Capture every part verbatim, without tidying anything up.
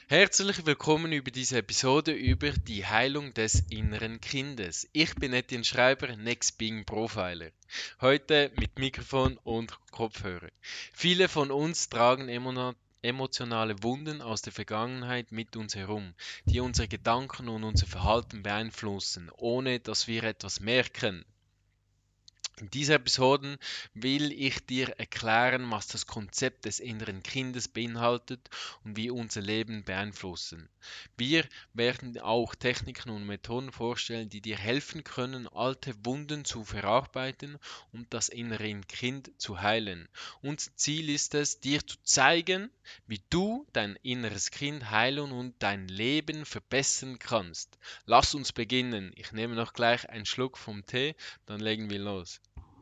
Herzlich willkommen über diese Episode über die Heilung des inneren Kindes. Ich bin Etienne Schreiber, Next Being Profiler. Heute mit Mikrofon und Kopfhörer. Viele von uns tragen emo emotionale Wunden aus der Vergangenheit mit uns herum, die unsere Gedanken und unser Verhalten beeinflussen, ohne dass wir etwas merken. In dieser Episode will ich dir erklären, was das Konzept des inneren Kindes beinhaltet und wie unser Leben beeinflussen. Wir werden auch Techniken und Methoden vorstellen, die dir helfen können, alte Wunden zu verarbeiten und das innere Kind zu heilen. Unser Ziel ist es, dir zu zeigen, wie du dein inneres Kind heilen und dein Leben verbessern kannst. Lass uns beginnen. Ich nehme noch gleich einen Schluck vom Tee, dann legen wir los.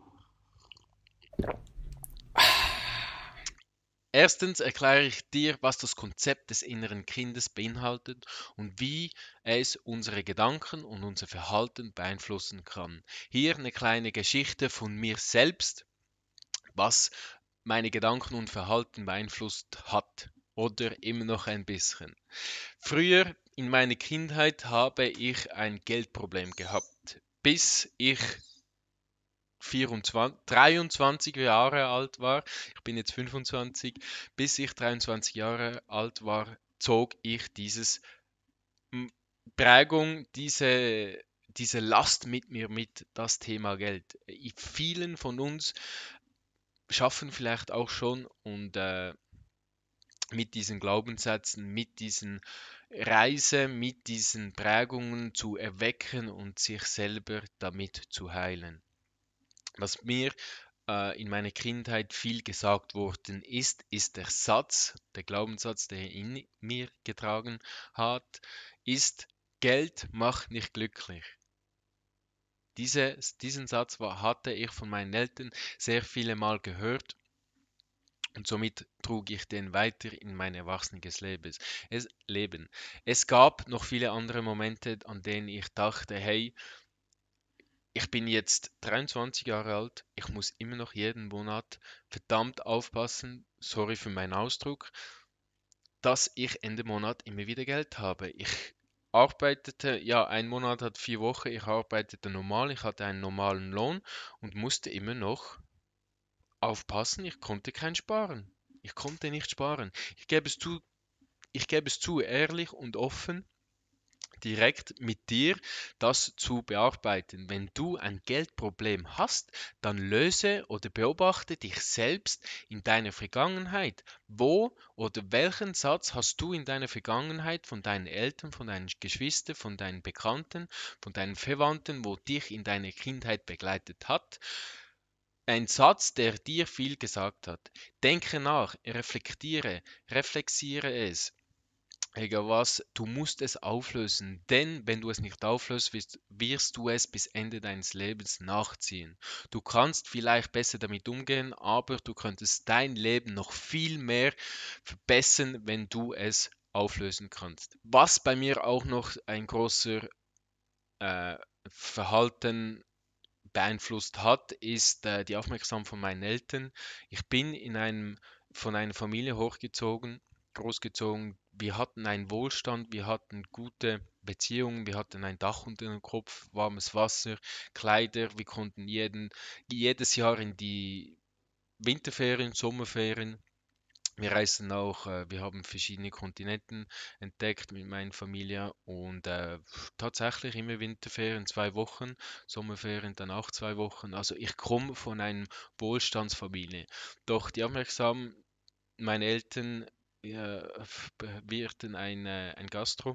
Erstens erkläre ich dir, was das Konzept des inneren Kindes beinhaltet und wie es unsere Gedanken und unser Verhalten beeinflussen kann. Hier eine kleine Geschichte von mir selbst, was meine Gedanken und Verhalten beeinflusst hat oder immer noch ein bisschen. Früher in meiner Kindheit habe ich ein Geldproblem gehabt, bis ich vierundzwanzig, dreiundzwanzig Jahre alt war. Ich bin jetzt fünfundzwanzig. Bis ich dreiundzwanzig Jahre alt war, zog ich dieses m, Prägung, diese, diese Last mit mir mit, das Thema Geld. I- Vielen von uns schaffen vielleicht auch schon und äh, mit diesen Glaubenssätzen, mit diesen Reise, mit diesen Prägungen zu erwecken und sich selber damit zu heilen. Was mir äh, in meiner Kindheit viel gesagt worden ist, ist der Satz, der Glaubenssatz, der in mir getragen hat, ist: Geld macht nicht glücklich. Diese, diesen Satz war, hatte ich von meinen Eltern sehr viele Mal gehört und somit trug ich den weiter in mein erwachsenes Lebens, es, Leben. Es gab noch viele andere Momente, an denen ich dachte, hey, ich bin jetzt dreiundzwanzig Jahre alt, ich muss immer noch jeden Monat verdammt aufpassen, sorry für meinen Ausdruck, dass ich Ende Monat immer wieder Geld habe. Ich arbeitete, ja, ein Monat hat vier Wochen, ich arbeitete normal, ich hatte einen normalen Lohn und musste immer noch aufpassen, ich konnte kein sparen. Ich konnte nicht sparen. Ich gebe es zu, ich gebe es zu, ehrlich und offen, direkt mit dir das zu bearbeiten. Wenn du ein Geldproblem hast, dann löse oder beobachte dich selbst in deiner Vergangenheit. Wo oder welchen Satz hast du in deiner Vergangenheit von deinen Eltern, von deinen Geschwistern, von deinen Bekannten, von deinen Verwandten, wo dich in deiner Kindheit begleitet hat? Ein Satz, der dir viel gesagt hat. Denke nach, reflektiere, reflexiere es. Egal was, du musst es auflösen, denn wenn du es nicht auflöst, wirst, wirst du es bis Ende deines Lebens nachziehen. Du kannst vielleicht besser damit umgehen, aber du könntest dein Leben noch viel mehr verbessern, wenn du es auflösen kannst. Was bei mir auch noch ein großer äh, Verhalten beeinflusst hat, ist äh, die Aufmerksamkeit von meinen Eltern. Ich bin in einem, von einer Familie hochgezogen, großgezogen. Wir hatten einen Wohlstand, wir hatten gute Beziehungen, wir hatten ein Dach unter dem Kopf, warmes Wasser, Kleider. Wir konnten jeden, jedes Jahr in die Winterferien, Sommerferien. Wir reisen auch, äh, wir haben verschiedene Kontinenten entdeckt mit meiner Familie und äh, tatsächlich immer Winterferien zwei Wochen, Sommerferien dann auch zwei Wochen. Also ich komme von einer Wohlstandsfamilie. Doch die Aufmerksam, meine Eltern äh, wirten ein, äh, ein Gastro,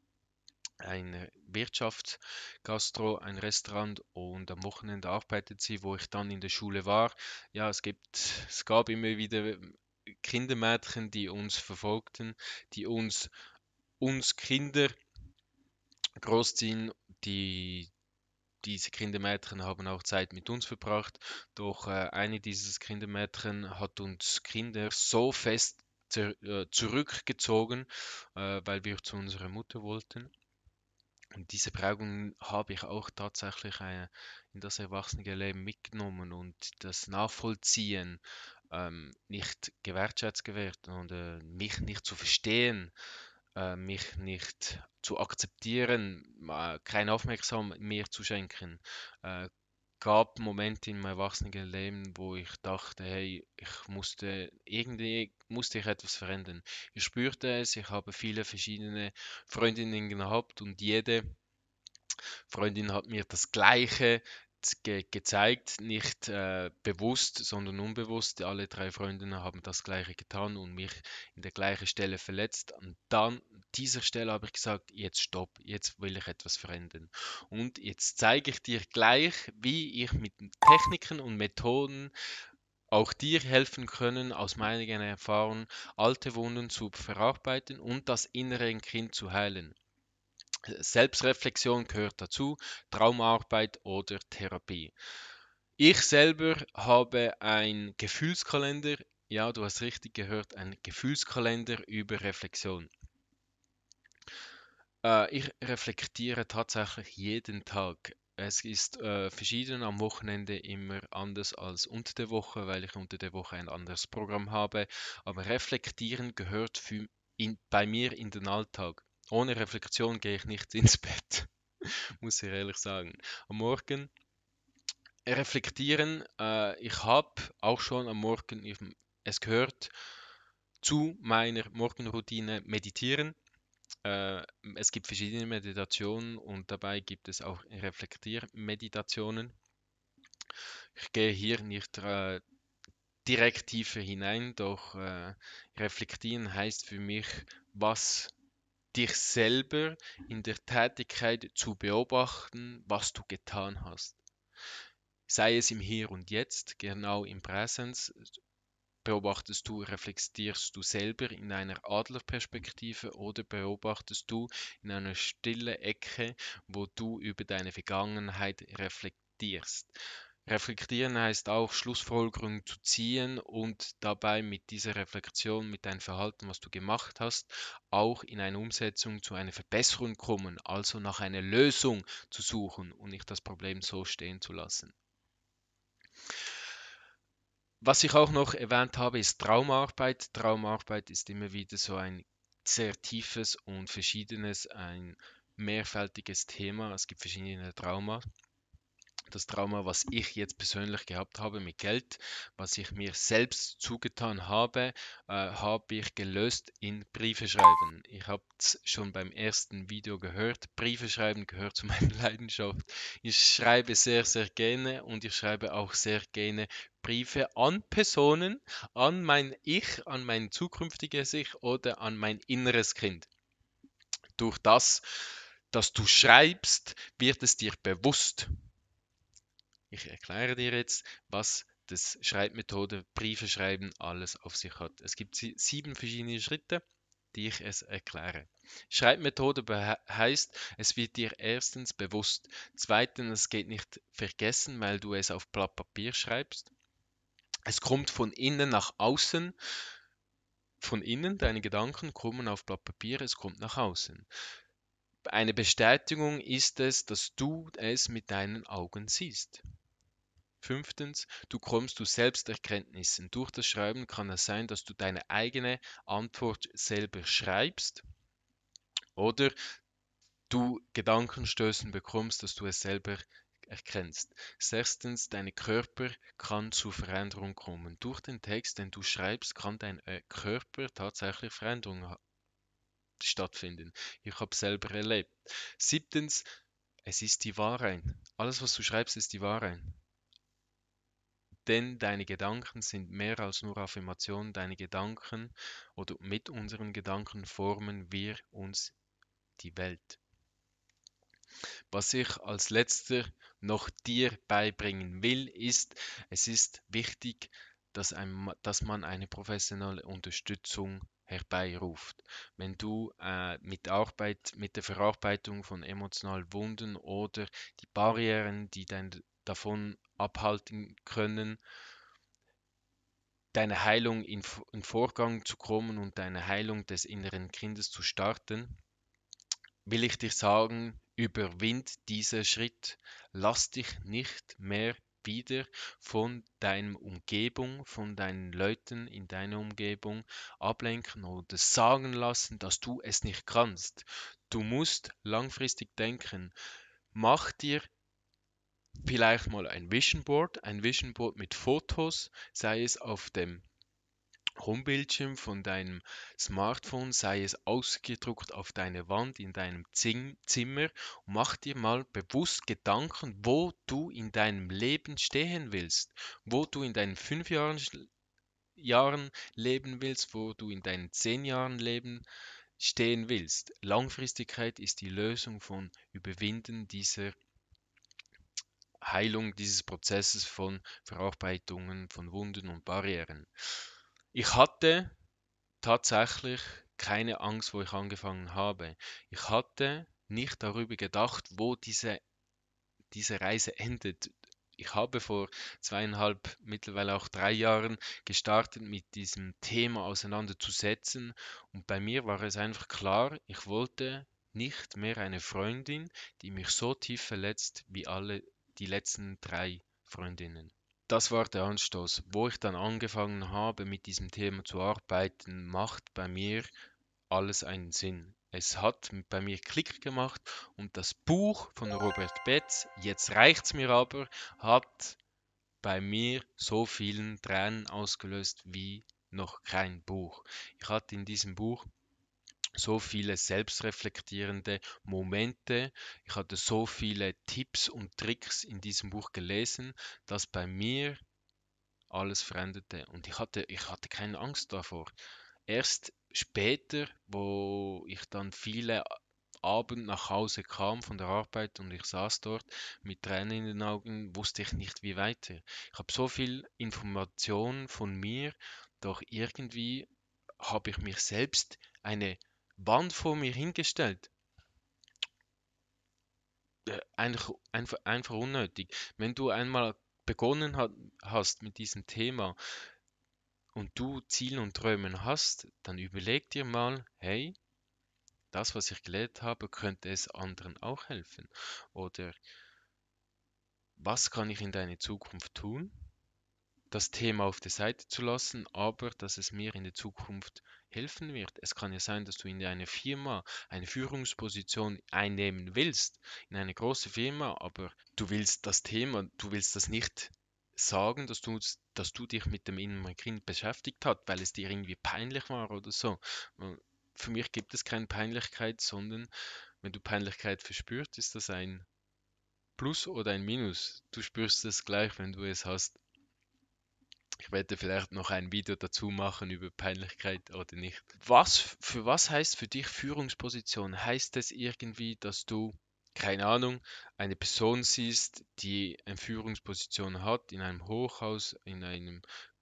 ein Wirtschaftsgastro, ein Restaurant und am Wochenende arbeitet sie, wo ich dann in der Schule war. Ja, es gibt, es gab immer wieder Kindermädchen, die uns verfolgten, die uns, uns Kinder großziehen, die diese Kindermädchen haben auch Zeit mit uns verbracht, doch äh, eine dieses Kindermädchen hat uns Kinder so fest zer- äh, zurückgezogen, äh, weil wir zu unserer Mutter wollten. Und diese Prägung habe ich auch tatsächlich äh, in das Erwachsenenleben mitgenommen und das Nachvollziehen, ähm, nicht gewertschätzt wird und äh, mich nicht zu verstehen. äh, mich nicht zu akzeptieren, äh, keine Aufmerksamkeit mehr zu schenken. Äh, gab Momente in meinem Erwachsenenleben, wo ich dachte, hey, ich musste irgendwie musste ich etwas verändern. Ich spürte es, ich habe viele verschiedene Freundinnen gehabt und jede Freundin hat mir das Gleiche ge gezeigt, nicht äh, bewusst, sondern unbewusst. Alle drei Freundinnen haben das Gleiche getan und mich in der gleichen Stelle verletzt. Und dann, an dieser Stelle habe ich gesagt, jetzt stopp, jetzt will ich etwas verändern. Und jetzt zeige ich dir gleich, wie ich mit Techniken und Methoden auch dir helfen können, aus meiner Erfahrung alte Wunden zu verarbeiten und das innere Kind zu heilen. Selbstreflexion gehört dazu, Traumarbeit oder Therapie. Ich selber habe einen Gefühlskalender, ja, du hast richtig gehört, einen Gefühlskalender über Reflexion. Äh, ich reflektiere tatsächlich jeden Tag. Es ist äh, verschieden am Wochenende immer anders als unter der Woche, weil ich unter der Woche ein anderes Programm habe. Aber reflektieren gehört für in, bei mir in den Alltag. Ohne Reflexion gehe ich nicht ins Bett, muss ich ehrlich sagen. Am Morgen reflektieren, äh, ich habe auch schon am Morgen, ich, es gehört zu meiner Morgenroutine meditieren. Äh, es gibt verschiedene Meditationen und dabei gibt es auch Reflektiermeditationen. Ich gehe hier nicht äh, direkt tiefer hinein, doch äh, reflektieren heißt für mich, was dich selber in der Tätigkeit zu beobachten, was du getan hast. Sei es im Hier und Jetzt, genau im Präsens, beobachtest du, reflektierst du selber in einer Adlerperspektive oder beobachtest du in einer stillen Ecke, wo du über deine Vergangenheit reflektierst. Reflektieren heißt auch, Schlussfolgerungen zu ziehen und dabei mit dieser Reflexion, mit deinem Verhalten, was du gemacht hast, auch in eine Umsetzung zu einer Verbesserung kommen, also nach einer Lösung zu suchen und nicht das Problem so stehen zu lassen. Was ich auch noch erwähnt habe, ist Traumarbeit. Traumarbeit ist immer wieder so ein sehr tiefes und verschiedenes, ein mehrfältiges Thema. Es gibt verschiedene Trauma. Das Trauma, was ich jetzt persönlich gehabt habe mit Geld, was ich mir selbst zugetan habe, äh, habe ich gelöst in Briefe schreiben. Ich habe es schon beim ersten Video gehört. Briefe schreiben gehört zu meiner Leidenschaft. Ich schreibe sehr, sehr gerne und ich schreibe auch sehr gerne Briefe an Personen, an mein Ich, an mein zukünftiges Ich oder an mein inneres Kind. Durch das, dass du schreibst, wird es dir bewusst. Ich erkläre dir jetzt, was das Schreibmethode, Briefe schreiben, alles auf sich hat. Es gibt sie- sieben verschiedene Schritte, die ich es erkläre. Schreibmethode behe- heißt, es wird dir erstens bewusst. Zweitens, es geht nicht vergessen, weil du es auf Blatt Papier schreibst. Es kommt von innen nach außen. Von innen, deine Gedanken kommen auf Blatt Papier, es kommt nach außen. Eine Bestätigung ist es, dass du es mit deinen Augen siehst. Fünftens, du kommst zu Selbsterkenntnissen. Durch das Schreiben kann es sein, dass du deine eigene Antwort selber schreibst oder du Gedankenstößen bekommst, dass du es selber erkennst. Sechstens, dein Körper kann zu Veränderung kommen. Durch den Text, den du schreibst, kann dein äh, Körper tatsächlich Veränderungen stattfinden. Ich habe selber erlebt. Siebtens, es ist die Wahrheit. Alles, was du schreibst, ist die Wahrheit. Denn deine Gedanken sind mehr als nur Affirmationen. Deine Gedanken oder mit unseren Gedanken formen wir uns die Welt. Was ich als letzter noch dir beibringen will, ist, es ist wichtig, dass, ein, dass man eine professionelle Unterstützung herbeiruft. Wenn du äh, mit Arbeit, mit der Verarbeitung von emotionalen Wunden oder die Barrieren, die dein, davon abhalten können, deine Heilung in, in Vorgang zu kommen und deine Heilung des inneren Kindes zu starten, will ich dir sagen, überwind diesen Schritt. Lass dich nicht mehr wieder von deiner Umgebung, von deinen Leuten in deiner Umgebung ablenken oder sagen lassen, dass du es nicht kannst. Du musst langfristig denken. Mach dir vielleicht mal ein Vision Board, ein Vision Board mit Fotos, sei es auf dem Homebildschirm von deinem Smartphone, sei es ausgedruckt auf deine Wand in deinem Zim- Zimmer. Und mach dir mal bewusst Gedanken, wo du in deinem Leben stehen willst, wo du in deinen fünf Jahren, sch- Jahren leben willst, wo du in deinen zehn Jahren leben stehen willst. Langfristigkeit ist die Lösung von Überwinden dieser Heilung dieses Prozesses von Verarbeitungen von Wunden und Barrieren. Ich hatte tatsächlich keine Angst, wo ich angefangen habe. Ich hatte nicht darüber gedacht, wo diese, diese Reise endet. Ich habe vor zweieinhalb, mittlerweile auch drei Jahren gestartet, mit diesem Thema auseinanderzusetzen. Und bei mir war es einfach klar, ich wollte nicht mehr eine Freundin, die mich so tief verletzt wie alle die letzten drei Freundinnen. Das war der Anstoß. Wo ich dann angefangen habe, mit diesem Thema zu arbeiten, macht bei mir alles einen Sinn. Es hat bei mir Klick gemacht und das Buch von Robert Betz, Jetzt reicht's mir aber, hat bei mir so vielen Tränen ausgelöst wie noch kein Buch. Ich hatte in diesem Buch so viele selbstreflektierende Momente. Ich hatte so viele Tipps und Tricks in diesem Buch gelesen, dass bei mir alles veränderte. Und ich hatte, ich hatte keine Angst davor. Erst später, wo ich dann viele Abend nach Hause kam von der Arbeit und ich saß dort mit Tränen in den Augen, wusste ich nicht, wie weiter. Ich habe so viel Information von mir, doch irgendwie habe ich mir selbst eine Wand vor mir hingestellt. Äh, Einfach, einfach, einfach unnötig. Wenn du einmal begonnen hat, hast mit diesem Thema, und du Ziele und Träume hast, dann überleg dir mal, hey, das, was ich gelernt habe, könnte es anderen auch helfen. Oder was kann ich in deiner Zukunft tun, das Thema auf der Seite zu lassen, aber dass es mir in der Zukunft helfen wird. Es kann ja sein, dass du in einer Firma eine Führungsposition einnehmen willst, in eine große Firma, aber du willst das Thema, du willst das nicht sagen, dass du, dass du dich mit dem inneren Kind beschäftigt hast, weil es dir irgendwie peinlich war oder so. Äh, Für mich gibt es keine Peinlichkeit, sondern wenn du Peinlichkeit verspürst, ist das ein Plus oder ein Minus. Du spürst es gleich, wenn du es hast. Ich werde vielleicht noch ein Video dazu machen über Peinlichkeit oder nicht. Was, für was heißt für dich Führungsposition? Heißt es irgendwie, dass du, keine Ahnung, eine Person siehst, die eine Führungsposition hat in einem Hochhaus, in einem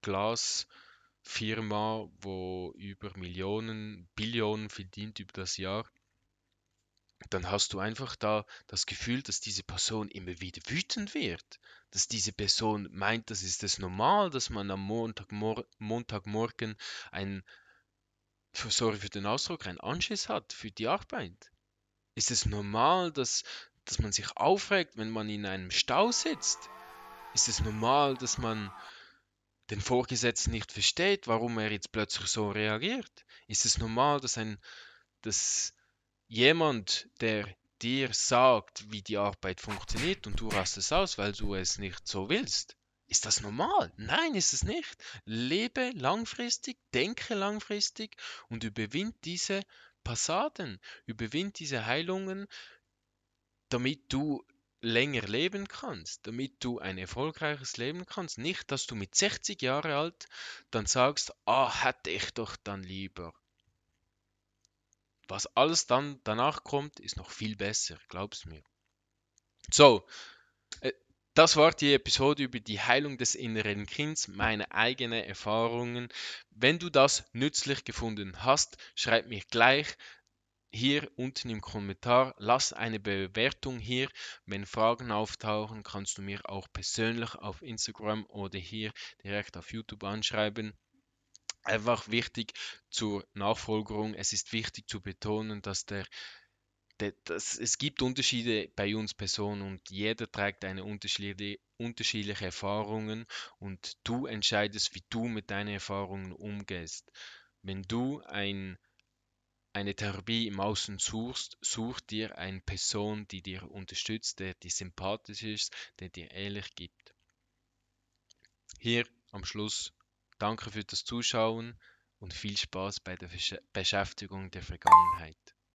Glasfirma, wo über Millionen, Billionen verdient über das Jahr? Dann hast du einfach da das Gefühl, dass diese Person immer wieder wütend wird. Dass diese Person meint, das ist es normal, dass man am Montagmor Montagmorgen ein, für- sorry für den Ausdruck, ein Anschiss hat für die Arbeit. Ist es normal, dass, dass man sich aufregt, wenn man in einem Stau sitzt? Ist es normal, dass man den Vorgesetzten nicht versteht, warum er jetzt plötzlich so reagiert? Ist es normal, dass ein, dass jemand, der dir sagt, wie die Arbeit funktioniert und du rastest aus, weil du es nicht so willst? Ist das normal? Nein, ist es nicht. Lebe langfristig, denke langfristig und überwind diese Passaden, überwind diese Heilungen, damit du länger leben kannst, damit du ein erfolgreiches Leben kannst. Nicht, dass du mit sechzig Jahre alt dann sagst, ah, hätte ich doch dann lieber. Was alles dann danach kommt, ist noch viel besser, glaub's mir. So, äh, das war die Episode über die Heilung des inneren Kindes, meine eigenen Erfahrungen. Wenn du das nützlich gefunden hast, schreib mir gleich hier unten im Kommentar, lass eine Bewertung hier. Wenn Fragen auftauchen, kannst du mir auch persönlich auf Instagram oder hier direkt auf YouTube anschreiben. Einfach wichtig zur Nachfolgerung. Es ist wichtig zu betonen, dass der de- das, es gibt Unterschiede bei uns Personen und jeder trägt eine unterschiedliche, unterschiedliche Erfahrungen und du entscheidest, wie du mit deinen Erfahrungen umgehst. Wenn du ein, eine Therapie im Außen suchst, such dir eine Person, die dir unterstützt, der dir sympathisch ist, der dir ehrlich gibt. Hier am Schluss, danke für das Zuschauen und viel Spaß bei der Beschäftigung der Vergangenheit.